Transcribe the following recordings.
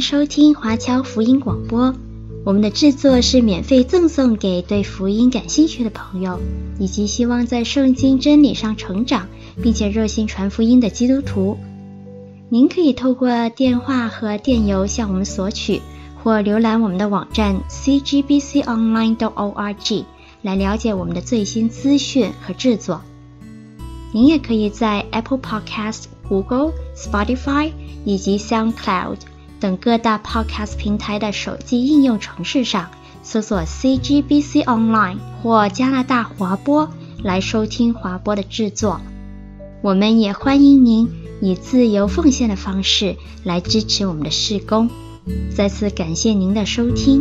收听华侨福音广播。我们的制作是免费赠送给对福音感兴趣的朋友，以及希望在圣经真理上成长，并且热心传福音的基督徒。您可以透过电话和电邮向我们索取，或浏览我们的网站 cgbconline.org 来了解我们的最新资讯和制作。您也可以在 Apple Podcast、Google、Spotify 以及 SoundCloud 等各大 Podcast 平台的手机应用程式上搜索 CGBC Online 或加拿大华播来收听华播的制作。我们也欢迎您以自由奉献的方式来支持我们的事工。再次感谢您的收听。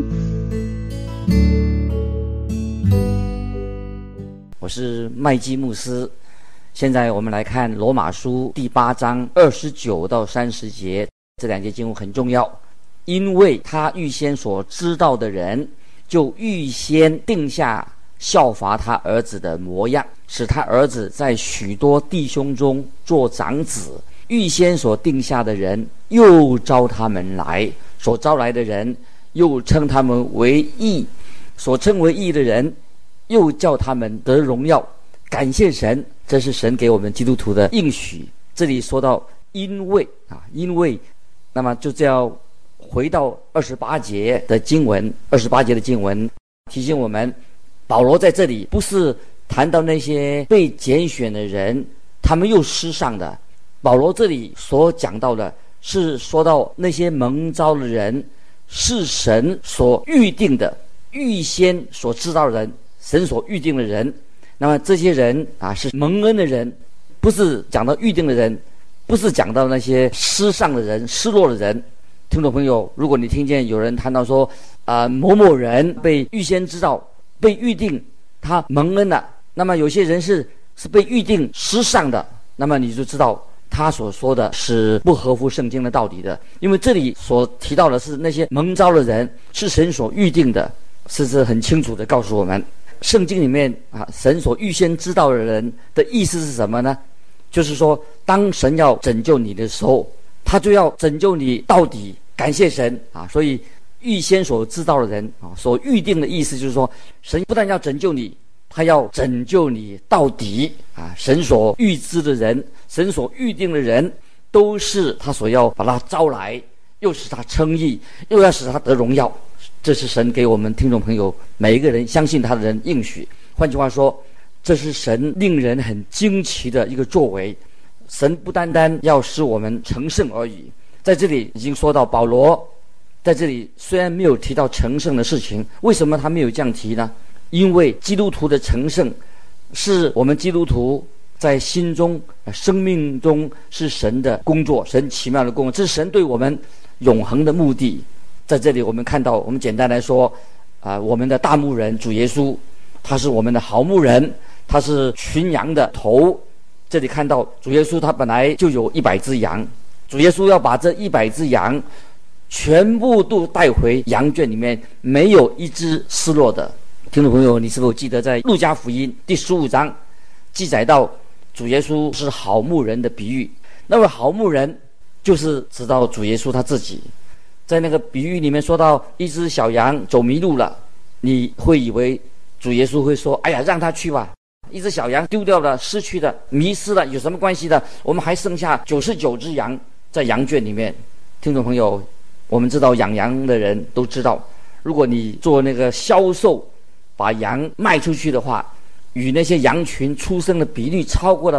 我是麦基牧师。现在我们来看罗马书第8章29到30节，这两节经文很重要。因为他预先所知道的人，就预先定下效法他儿子的模样，使他儿子在许多弟兄中做长子。预先所定下的人，又招他们来；所招来的人，又称他们为义；所称为义的人，又叫他们得荣耀。感谢神，这是神给我们基督徒的应许。这里说到因为，那么就要回到28节的经文。28节的经文提醒我们，保罗在这里不是谈到那些被拣选的人，他们又失丧的。保罗这里所讲到的是说到那些蒙召的人，是神所预定的，预先所知道的人，神所预定的人。那么这些人是蒙恩的人，不是讲到预定的人，不是讲到那些失丧的人、失落的人。听众朋友，如果你听见有人谈到说某某人被预先知道、被预定他蒙恩了，那么有些人是被预定失丧的，那么你就知道他所说的是不合乎圣经的道理的。因为这里所提到的是那些蒙召的人，是神所预定的，是很清楚的告诉我们。圣经里面神所预先知道的人的意思是什么呢？就是说，当神要拯救你的时候，他就要拯救你到底。感谢神所以预先所知道的人所预定的意思就是说，神不但要拯救你，他要拯救你到底神所预知的人，神所预定的人，都是他所要把他招来，又使他称义，又要使他得荣耀。这是神给我们听众朋友每一个人相信他的人应许。换句话说，这是神令人很惊奇的一个作为。神不单单要使我们成圣而已。在这里已经说到，保罗在这里虽然没有提到成圣的事情，为什么他没有这样提呢？因为基督徒的成圣是我们基督徒在心中生命中是神的工作，神奇妙的工作，这是神对我们永恒的目的。在这里我们看到，我们简单来说我们的大牧人主耶稣，他是我们的好牧人，他是群羊的头。这里看到主耶稣他本来就有100只羊，主耶稣要把这100只羊全部都带回羊圈里面，没有一只失落的。听众朋友，你是否记得在路加福音第15章记载到主耶稣是好牧人的比喻？那么好牧人就是指到主耶稣他自己。在那个比喻里面说到一只小羊走迷路了，你会以为主耶稣会说，哎呀，让他去吧，一只小羊丢掉了，失去了，迷失了，有什么关系的？我们还剩下99只羊在羊圈里面。听众朋友，我们知道养羊的人都知道，如果你做那个销售，把羊卖出去的话，与那些羊群出生的比率超过了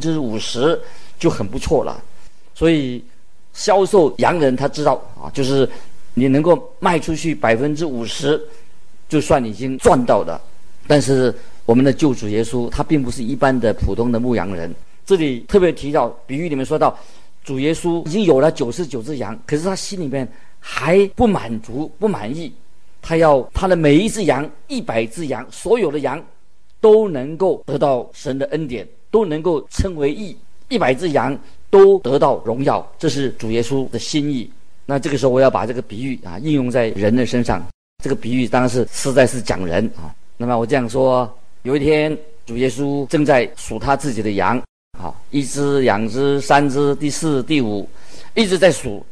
50%，就很不错了。所以销售羊人他知道就是你能够卖出去50%，就算已经赚到了。但是我们的救主耶稣他并不是一般的普通的牧羊人。这里特别提到比喻里面说到，主耶稣已经有了99只羊，可是他心里面还不满足不满意，他要他的每一只羊100只羊，所有的羊都能够得到神的恩典，都能够称为义，100只羊都得到荣耀，这是主耶稣的心意。那这个时候我要把这个比喻应用在人的身上。这个比喻当然是实在是讲人那么我这样说，有一天主耶稣正在数他自己的羊1只、2只、3只，第4、第5，一直在数。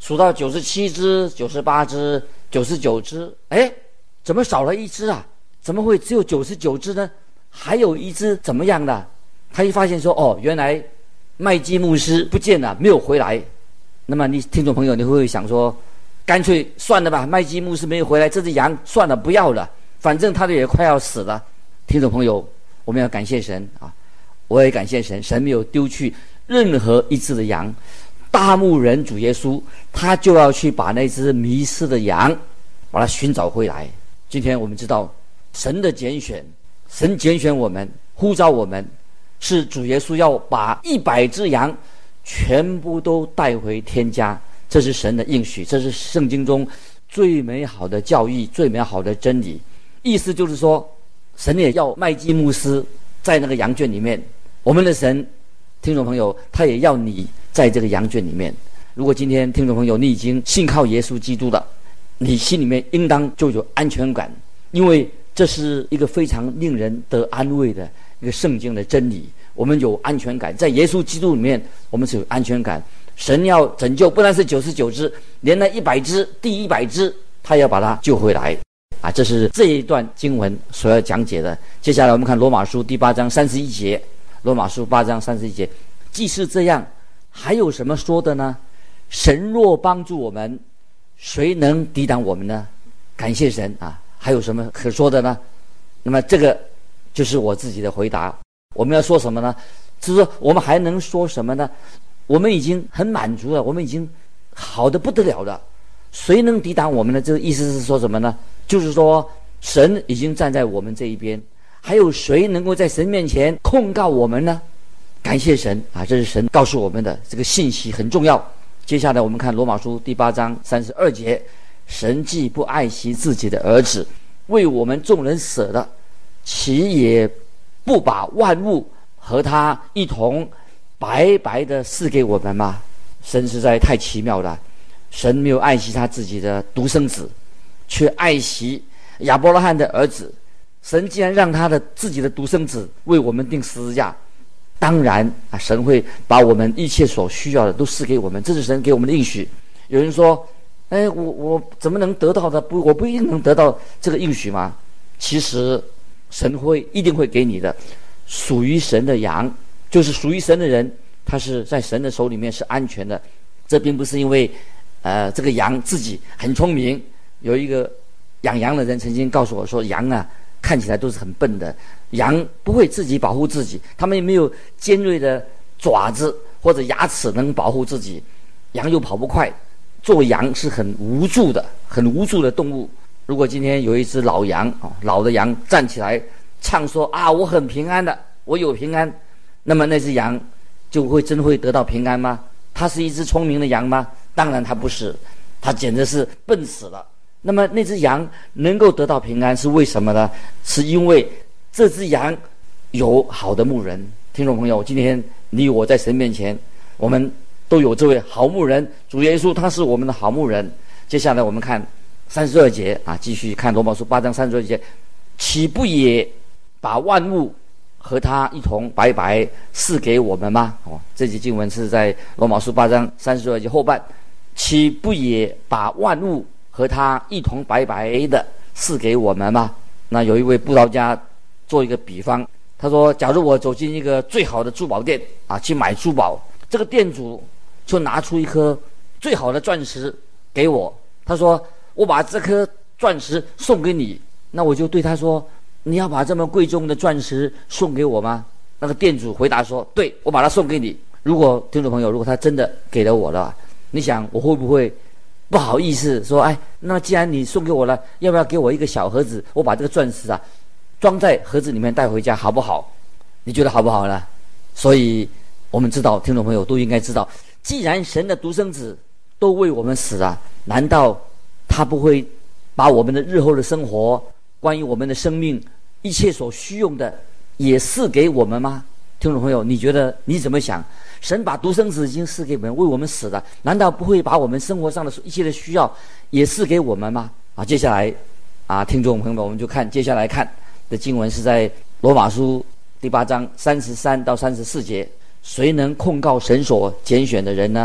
数到97只、98只、99只，哎，怎么少了一只啊？怎么会只有99只呢？还有一只怎么样的？他一发现说，哦，原来麦基牧师不见了，没有回来。那么你听众朋友，你会不会想说，干脆算了吧，麦基牧师没有回来，这只羊算了，不要了，反正他也快要死了。听众朋友，我们要感谢神啊！我也感谢神，神没有丢去任何一只的羊。大牧人主耶稣，他就要去把那只迷失的羊，把它寻找回来。今天我们知道，神的拣选，神拣选我们，呼召我们，是主耶稣要把100只羊全部都带回天家，这是神的应许，这是圣经中最美好的教义，最美好的真理。意思就是说，神也要麦基牧师在那个羊圈里面，我们的神，听众朋友，他也要你在这个羊圈里面。如果今天听众朋友你已经信靠耶稣基督了，你心里面应当就有安全感，因为这是一个非常令人得安慰的一个圣经的真理。我们有安全感，在耶稣基督里面，我们是有安全感。神要拯救，不但是99只，连那100只，第100只，他要把它救回来。啊，这是这一段经文所要讲解的。接下来我们看罗马书第8章31节，罗马书8章31节，既是这样，还有什么说的呢？神若帮助我们，谁能抵挡我们呢？感谢神啊！还有什么可说的呢？那么这个就是我自己的回答。我们要说什么呢？就是说我们还能说什么呢？我们已经很满足了，我们已经好得不得了了。谁能抵挡我们呢？这个意思是说什么呢？就是说神已经站在我们这一边，还有谁能够在神面前控告我们呢？感谢神啊！这是神告诉我们的这个信息很重要。接下来我们看罗马书第8章32节，神既不爱惜自己的儿子，为我们众人舍了，岂也不把万物和他一同白白的赐给我们吗？神实在太奇妙了。神没有爱惜他自己的独生子，却爱惜亚伯拉罕的儿子。神既然让他的自己的独生子为我们钉十字架，当然啊，神会把我们一切所需要的都赐给我们，这是神给我们的应许。有人说，哎，我怎么能得到的？我不一定能得到这个应许吗？其实神一定会给你的。属于神的羊，就是属于神的人，他是在神的手里面是安全的。这并不是因为这个羊自己很聪明。有一个养羊的人曾经告诉我说，羊啊看起来都是很笨的，羊不会自己保护自己，他们也没有尖锐的爪子或者牙齿能保护自己，羊又跑不快，做羊是很无助的动物。如果今天有一只老羊，老的羊站起来唱说啊，我很平安的，我有平安，那么那只羊就真会得到平安吗？它是一只聪明的羊吗？当然它不是，它简直是笨死了。那么那只羊能够得到平安是为什么呢？是因为这只羊有好的牧人。听众朋友，今天你我在神面前，我们都有这位好牧人，主耶稣他是我们的好牧人。接下来我们看32节啊，继续看罗马书8章32节，岂不也把万物和他一同白白赐给我们吗？这节经文是在罗马书8章32节后半，岂不也把万物和他一同白白的赐给我们吗？那有一位布道家做一个比方，他说，假如我走进一个最好的珠宝店啊，去买珠宝，这个店主就拿出一颗最好的钻石给我，他说，我把这颗钻石送给你，那我就对他说，你要把这么贵重的钻石送给我吗？那个店主回答说，对，我把它送给你。如果听众朋友，如果他真的给了我了，你想我会不会不好意思说，哎，那既然你送给我了，要不要给我一个小盒子，我把这个钻石啊装在盒子里面带回家好不好？你觉得好不好呢？所以我们知道，听众朋友都应该知道，既然神的独生子都为我们死了，难道他不会把我们的日后的生活，关于我们的生命一切所需用的也赐给我们吗？听众朋友，你觉得你怎么想？神把独生子已经赐给我们，为我们死了，难道不会把我们生活上的一切的需要也赐给我们吗？接下来听众朋友们，我们就看接下来看的经文是在罗马书第8章33到34节，谁能控告神所拣选的人呢？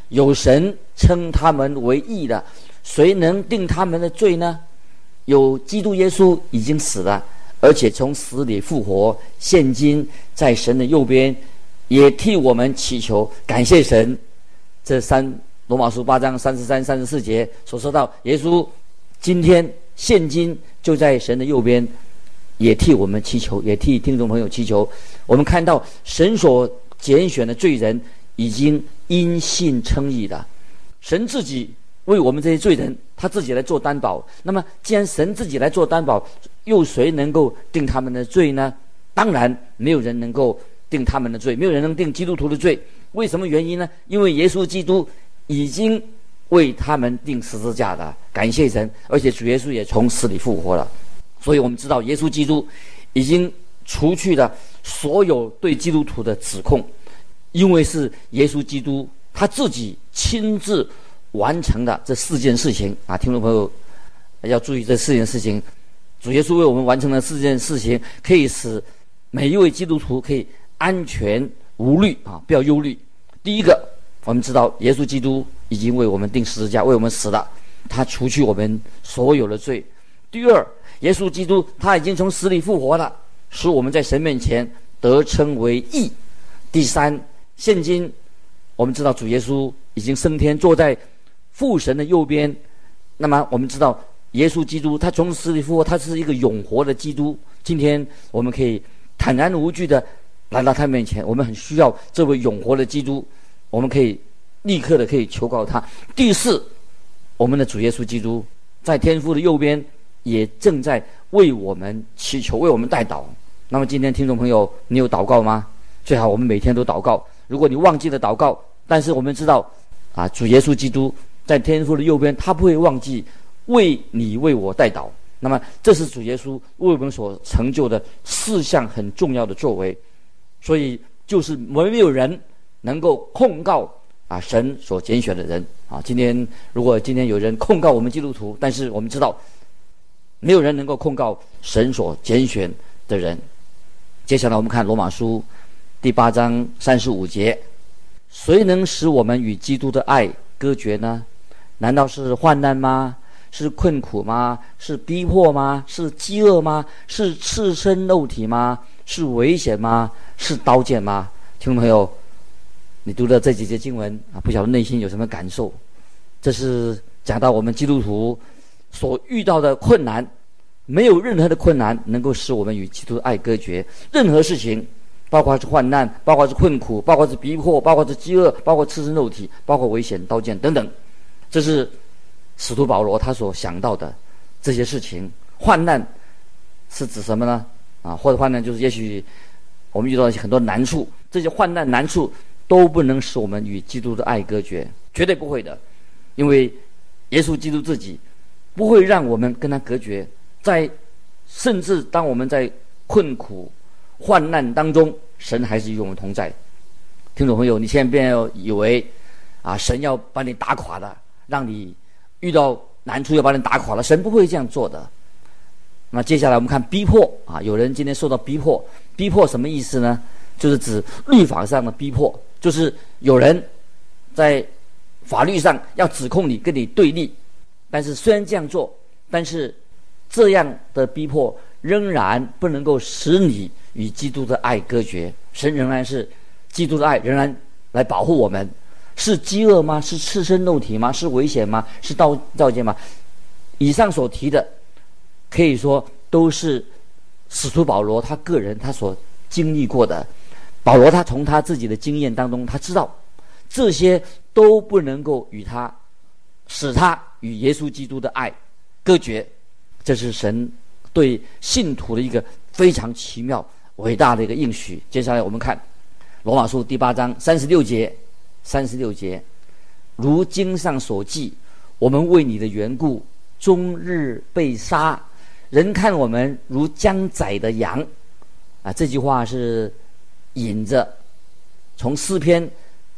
有神称他们为义的，谁能定他们的罪呢？有基督耶稣已经死了，而且从死里复活，现今在神的右边，也替我们祈求。感谢神。这罗马书8章33、34节所说到，耶稣今天现今就在神的右边，也替我们祈求，也替听众朋友祈求。我们看到神所拣选的罪人已经因信称义了，神自己为我们这些罪人，他自己来做担保。那么既然神自己来做担保，又谁能够定他们的罪呢？当然没有人能够定他们的罪，没有人能定基督徒的罪。为什么原因呢？因为耶稣基督已经为他们定十字架了，感谢神。而且主耶稣也从死里复活了，所以我们知道耶稣基督已经除去了所有对基督徒的指控，因为是耶稣基督他自己亲自完成的这4件事情啊！听众朋友要注意，这4件事情，主耶稣为我们完成的4件事情，可以使每一位基督徒可以安全无虑啊，不要忧虑。第一个，我们知道耶稣基督已经为我们钉十字架，为我们死了，他除去我们所有的罪。第二，耶稣基督他已经从死里复活了，使我们在神面前得称为义。第三，现今我们知道主耶稣已经升天，坐在父神的右边。那么我们知道耶稣基督他从死里复活，他是一个永活的基督。今天我们可以坦然无惧的来到他面前，我们很需要这位永活的基督，我们可以立刻的可以求告他。第四，我们的主耶稣基督在天父的右边，也正在为我们祈求，为我们代祷。那么今天听众朋友，你有祷告吗？最好我们每天都祷告。如果你忘记了祷告，但是我们知道啊，主耶稣基督在天父的右边，他不会忘记为你为我代祷。那么这是主耶稣为我们所成就的4项很重要的作为。所以就是没有人能够控告啊神所拣选的人啊。如果今天有人控告我们基督徒，但是我们知道没有人能够控告神所拣选的人。接下来我们看罗马书第8章35节，谁能使我们与基督的爱隔绝呢？难道是患难吗？是困苦吗？是逼迫吗？是饥饿吗？是赤身肉体吗？是危险吗？是刀剑吗？听众朋友，你读了这几节经文啊，不晓得内心有什么感受？这是讲到我们基督徒所遇到的困难，没有任何的困难能够使我们与基督的爱隔绝。任何事情，包括是患难，包括是困苦，包括是逼迫，包括是饥饿，包括赤身肉体，包括危险、刀剑等等，这是使徒保罗他所想到的这些事情。患难是指什么呢？或者患难就是也许我们遇到很多难处，这些患难难处都不能使我们与基督的爱隔绝，绝对不会的。因为耶稣基督自己不会让我们跟他隔绝，甚至当我们在困苦患难当中，神还是与我们同在。听众朋友，你千万不要以为神要把你打垮了，让你遇到难处要把你打垮了，神不会这样做的。那接下来我们看逼迫有人今天受到逼迫，逼迫什么意思呢？就是指律法上的逼迫，就是有人在法律上要指控你，跟你对立，但是虽然这样做，但是这样的逼迫仍然不能够使你与基督的爱隔绝。神仍然是基督的爱，仍然来保护我们。是饥饿吗？是赤身肉体吗？是危险吗？是刀剑吗？以上所提的可以说都是使徒保罗他个人他所经历过的。保罗他从他自己的经验当中，他知道这些都不能够使他与耶稣基督的爱隔绝。这是神对信徒的一个非常奇妙伟大的一个应许。接下来我们看罗马书第8章36节，如经上所记，我们为你的缘故终日被杀，人看我们如将宰的羊。这句话是引着从诗篇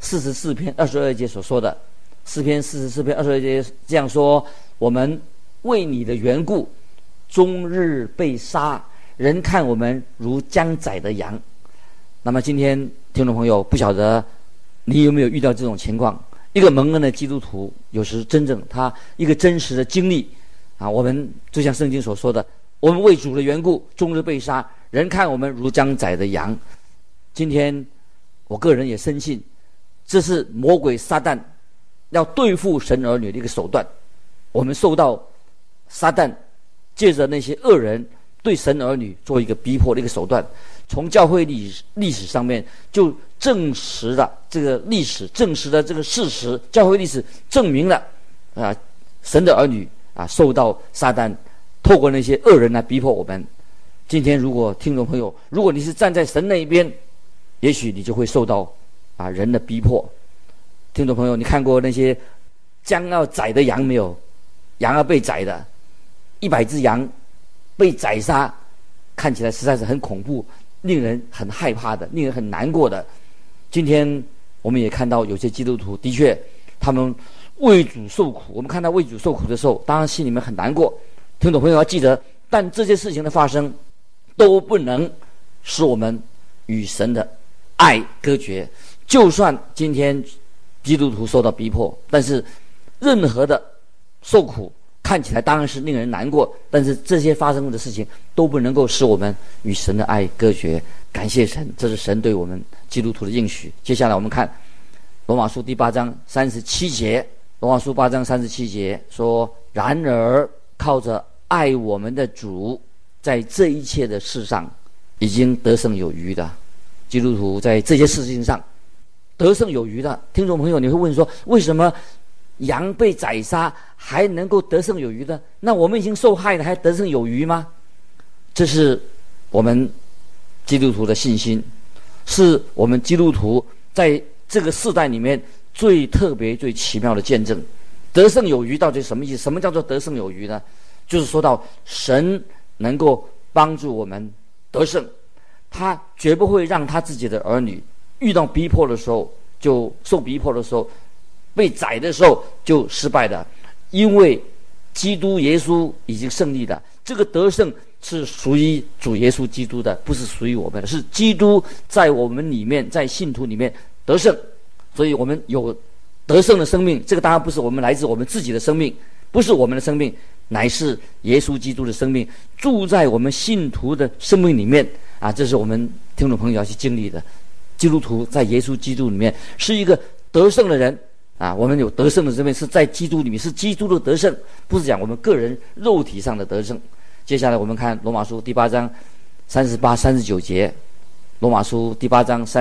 44篇22节所说的。诗篇44篇22节这样说：我们为你的缘故终日被杀，人看我们如将宰的羊。那么今天听众朋友，不晓得你有没有遇到这种情况？ 一个蒙恩的基督徒，有时真正他一个真实的经历啊，我们就像圣经所说的，我们为主的缘故，终日被杀，人看我们如将宰的羊。今天我个人也深信，这是魔鬼撒旦要对付神儿女的一个手段。我们受到撒旦借着那些恶人对神儿女做一个逼迫的一个手段。从教会历史上面就证实了这个历史，证实了这个事实，教会历史证明了神的儿女受到撒旦透过那些恶人来逼迫我们。今天如果听众朋友，如果你是站在神那一边，也许你就会受到人的逼迫。听众朋友，你看过那些将要宰的羊没有？羊要被宰的，100只羊被宰杀，看起来实在是很恐怖，令人很害怕的，令人很难过的。今天我们也看到有些基督徒的确他们为主受苦，我们看到为主受苦的时候，当然心里面很难过。听众朋友要记得，但这些事情的发生都不能使我们与神的爱隔绝。就算今天基督徒受到逼迫，但是任何的受苦看起来当然是令人难过，但是这些发生的事情都不能够使我们与神的爱隔绝。感谢神，这是神对我们基督徒的应许。接下来我们看罗马书第8章37节，罗马书8章37节说，然而靠着爱我们的主，在这一切的事上已经得胜有余的。基督徒在这些事情上得胜有余的。听众朋友，你会问说，为什么羊被宰杀还能够得胜有余的？那我们已经受害了，还得胜有余吗？这是我们基督徒的信心，是我们基督徒在这个世代里面最特别最奇妙的见证。得胜有余到底什么意思？什么叫做得胜有余呢？就是说到神能够帮助我们得胜，他绝不会让他自己的儿女遇到逼迫的时候，就受逼迫的时候，被宰的时候就失败的。因为基督耶稣已经胜利了，这个得胜是属于主耶稣基督的，不是属于我们的，是基督在我们里面，在信徒里面得胜。所以我们有得胜的生命，这个当然不是我们来自我们自己的生命，不是我们的生命，乃是耶稣基督的生命住在我们信徒的生命里面这是我们听众朋友要去经历的。基督徒在耶稣基督里面是一个得胜的人我们有得胜的生命，是在基督里面，是基督的得胜，不是讲我们个人肉体上的得胜。接下来我们看罗马书第8章38、39节，罗马书第8章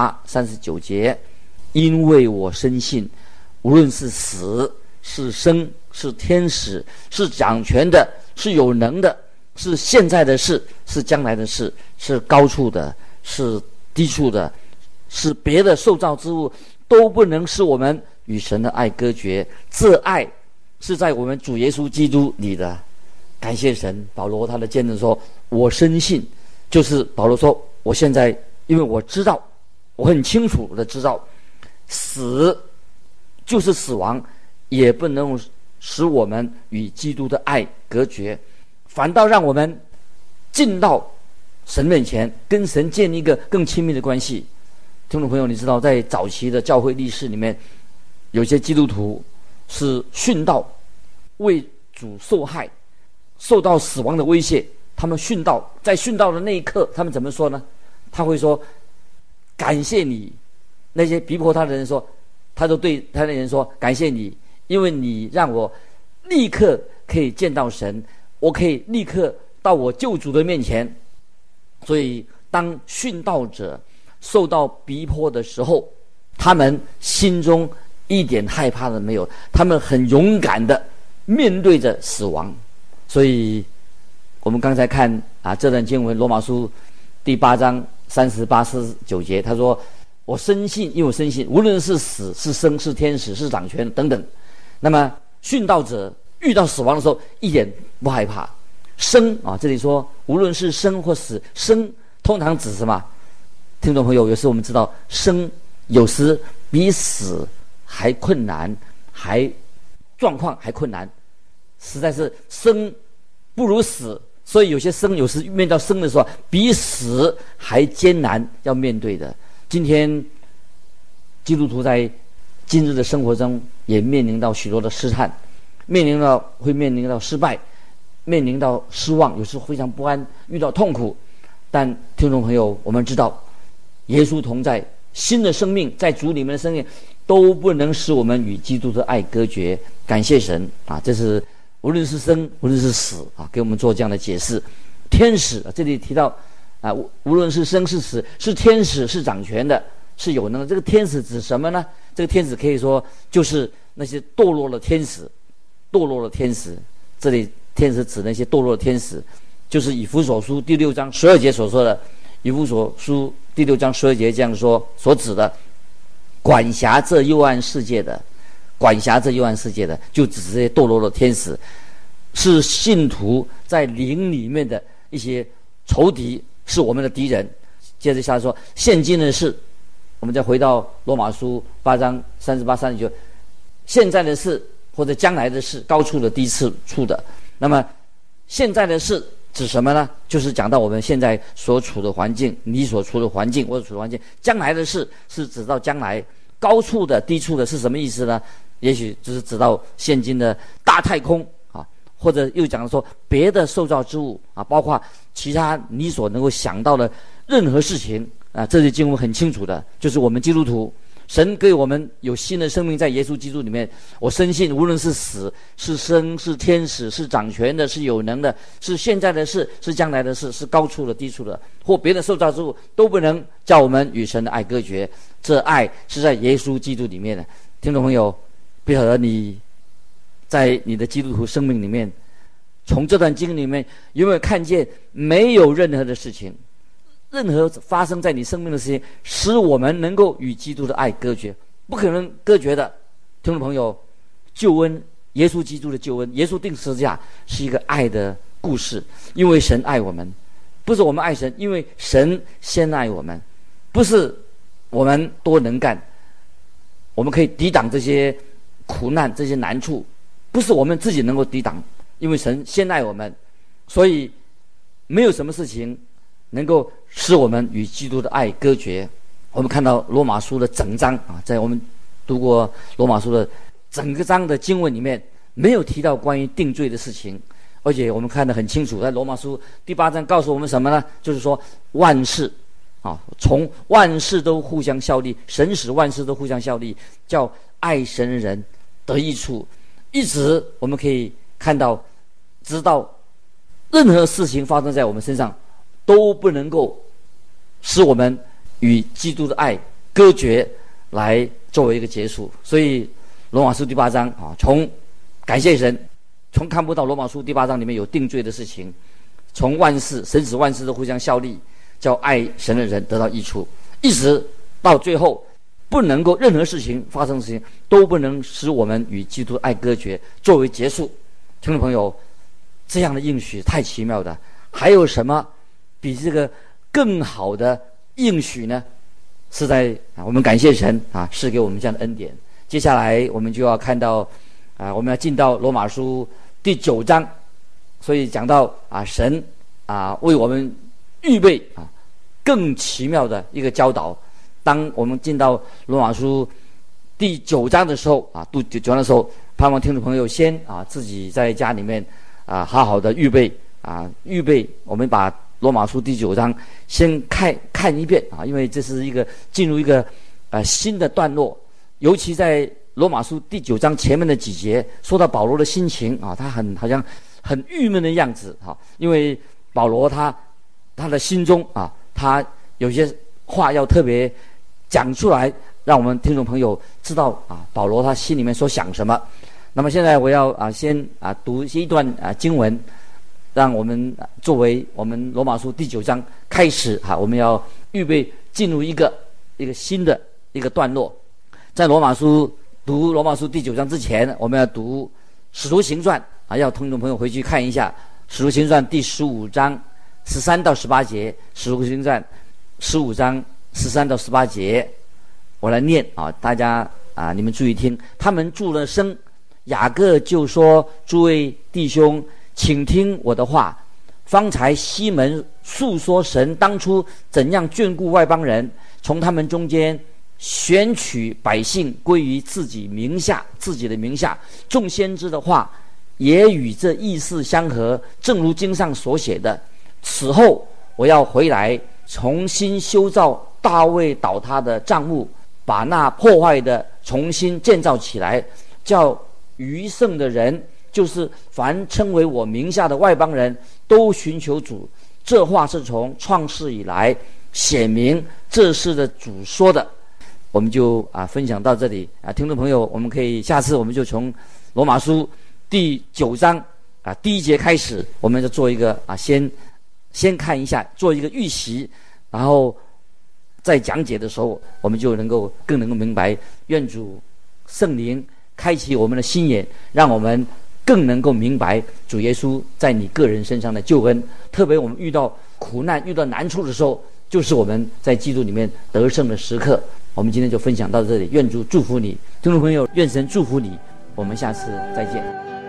38、39节，因为我深信，无论是死是生，是天使，是掌权的，是有能的，是现在的事，是将来的事，是高处的，是低处的，是别的受造之物，都不能使我们与神的爱隔绝。这爱是在我们主耶稣基督里的。感谢神，保罗他的见证说，我深信，就是保罗说，我现在因为我知道，我很清楚的知道，死就是死亡，也不能使我们与基督的爱隔绝，反倒让我们进到神面前，跟神建立一个更亲密的关系。听众朋友，你知道在早期的教会历史里面，有些基督徒是殉道，为主受害，受到死亡的威胁，他们殉道，在殉道的那一刻，他们怎么说呢？他会说，感谢你。那些逼迫他的人说，他就对他的人说，感谢你，因为你让我立刻可以见到神，我可以立刻到我救主的面前。所以当殉道者受到逼迫的时候，他们心中一点害怕的没有，他们很勇敢的面对着死亡。所以我们刚才看这段经文，罗马书第8章38、49节，他说，我深信，因为我深信，无论是死是生是天使是掌权等等，那么殉道者遇到死亡的时候一点不害怕。生这里说无论是生或死，生通常指什么？听众朋友，有时我们知道生有时比死还困难，状况还困难，实在是生不如死，所以有些生有时面对生的时候比死还艰难要面对的。今天基督徒在今日的生活中也面临到许多的试探，会面临到失败，面临到失望，有时非常不安，遇到痛苦。但听众朋友，我们知道耶稣同在，新的生命在主里面的生命都不能使我们与基督的爱隔绝。感谢神啊！这是无论是生无论是死啊，给我们做这样的解释。天使这里提到啊，无论是生是死，是天使，是掌权的，是有能的。这个天使指什么呢？这个天使可以说就是那些堕落的天使。这里天使指那些堕落的天使，就是以弗所书第6章12节所说的。以弗所书第6章12节这样说所指的，管辖这幽暗世界的，就指这些堕落的天使，是信徒在灵里面的一些仇敌，是我们的敌人。接着下来说，现今的事，我们再回到罗马书8章38、39，现在的事或者将来的事，高处的低处的。那么现在的事指什么呢？就是讲到我们现在所处的环境，你所处的环境，我所处的环境。将来的事是指到将来，高处的低处的是什么意思呢？也许就是指到现今的大太空啊，或者又讲说别的受造之物啊，包括其他你所能够想到的任何事情啊。这里经文很清楚的，就是我们基督徒，神给我们有新的生命在耶稣基督里面。我深信无论是死是生，是天使，是掌权的，是有能的，是现在的事，是将来的事，是高处的低处的，或别的受造之物，都不能叫我们与神的爱隔绝。这爱是在耶稣基督里面的。听众朋友，不晓得你在你的基督徒生命里面，从这段经历里面有没有看见没有任何的事情，任何发生在你生命的事情使我们能够与基督的爱隔绝？不可能隔绝的。听众朋友，救恩，耶稣基督的救恩，耶稣钉十字架是一个爱的故事。因为神爱我们，不是我们爱神，因为神先爱我们，不是我们多能干，我们可以抵挡这些苦难，这些难处，不是我们自己能够抵挡，因为神先爱我们，所以没有什么事情能够使我们与基督的爱隔绝。我们看到罗马书的整章啊，在我们读过罗马书的整个章的经文里面，没有提到关于定罪的事情，而且我们看得很清楚，在罗马书第8章告诉我们什么呢？就是说万事啊，从万事都互相效力，神使万事都互相效力，叫爱神的人得益处。一直我们可以看到，知道任何事情发生在我们身上，都不能够使我们与基督的爱隔绝，来作为一个结束。所以罗马书第8章啊，从感谢神，从看不到罗马书第8章里面有定罪的事情，从万事，神使万事都互相效力，叫爱神的人得到益处，一直到最后，不能够任何事情发生的事情都不能使我们与基督爱隔绝，作为结束。听众朋友，这样的应许太奇妙的，还有什么比这个更好的应许呢？是在我们感谢神啊，是给我们这样的恩典。接下来我们就要看到我们要进到罗马书第9章，所以讲到神为我们预备更奇妙的一个教导。当我们进到罗马书第9章的时候读9章的时候，盼望听众朋友先自己在家里面好好的预备我们把罗马书第9章先看一遍因为这是进入一个新的段落。尤其在罗马书第9章前面的几节，说到保罗的心情他好像很郁闷的样子因为保罗他的心中他有些话要特别讲出来，让我们听众朋友知道保罗他心里面所想什么。那么现在我要先读一段经文，让我们作为我们罗马书第9章开始我们要预备进入一个新的一个段落。在读罗马书第9章之前，我们要读使徒行传要听众朋友回去看一下使徒行传第15章13到18节，使徒行传15章13到18节，我来念大家你们注意听。他们住了声，雅各就说：诸位弟兄，请听我的话。方才西门述说神当初怎样眷顾外邦人，从他们中间选取百姓归于自己名下，自己的名下。众先知的话也与这意思相合，正如经上所写的：此后我要回来，重新修造大卫倒塌的帐幕，把那破坏的重新建造起来，叫余剩的人，就是凡称为我名下的外邦人，都寻求主。这话是从创世以来显明这是的主说的。我们就分享到这里听众朋友，我们可以下次我们就从罗马书第9章第1节开始，我们就做一个先看一下，做一个预习，然后在讲解的时候，我们就更能够明白。愿主圣灵开启我们的心眼，让我们更能够明白主耶稣在你个人身上的救恩。特别我们遇到苦难、遇到难处的时候，就是我们在基督里面得胜的时刻。我们今天就分享到这里，愿主祝福你，听众朋友，愿神祝福你，我们下次再见。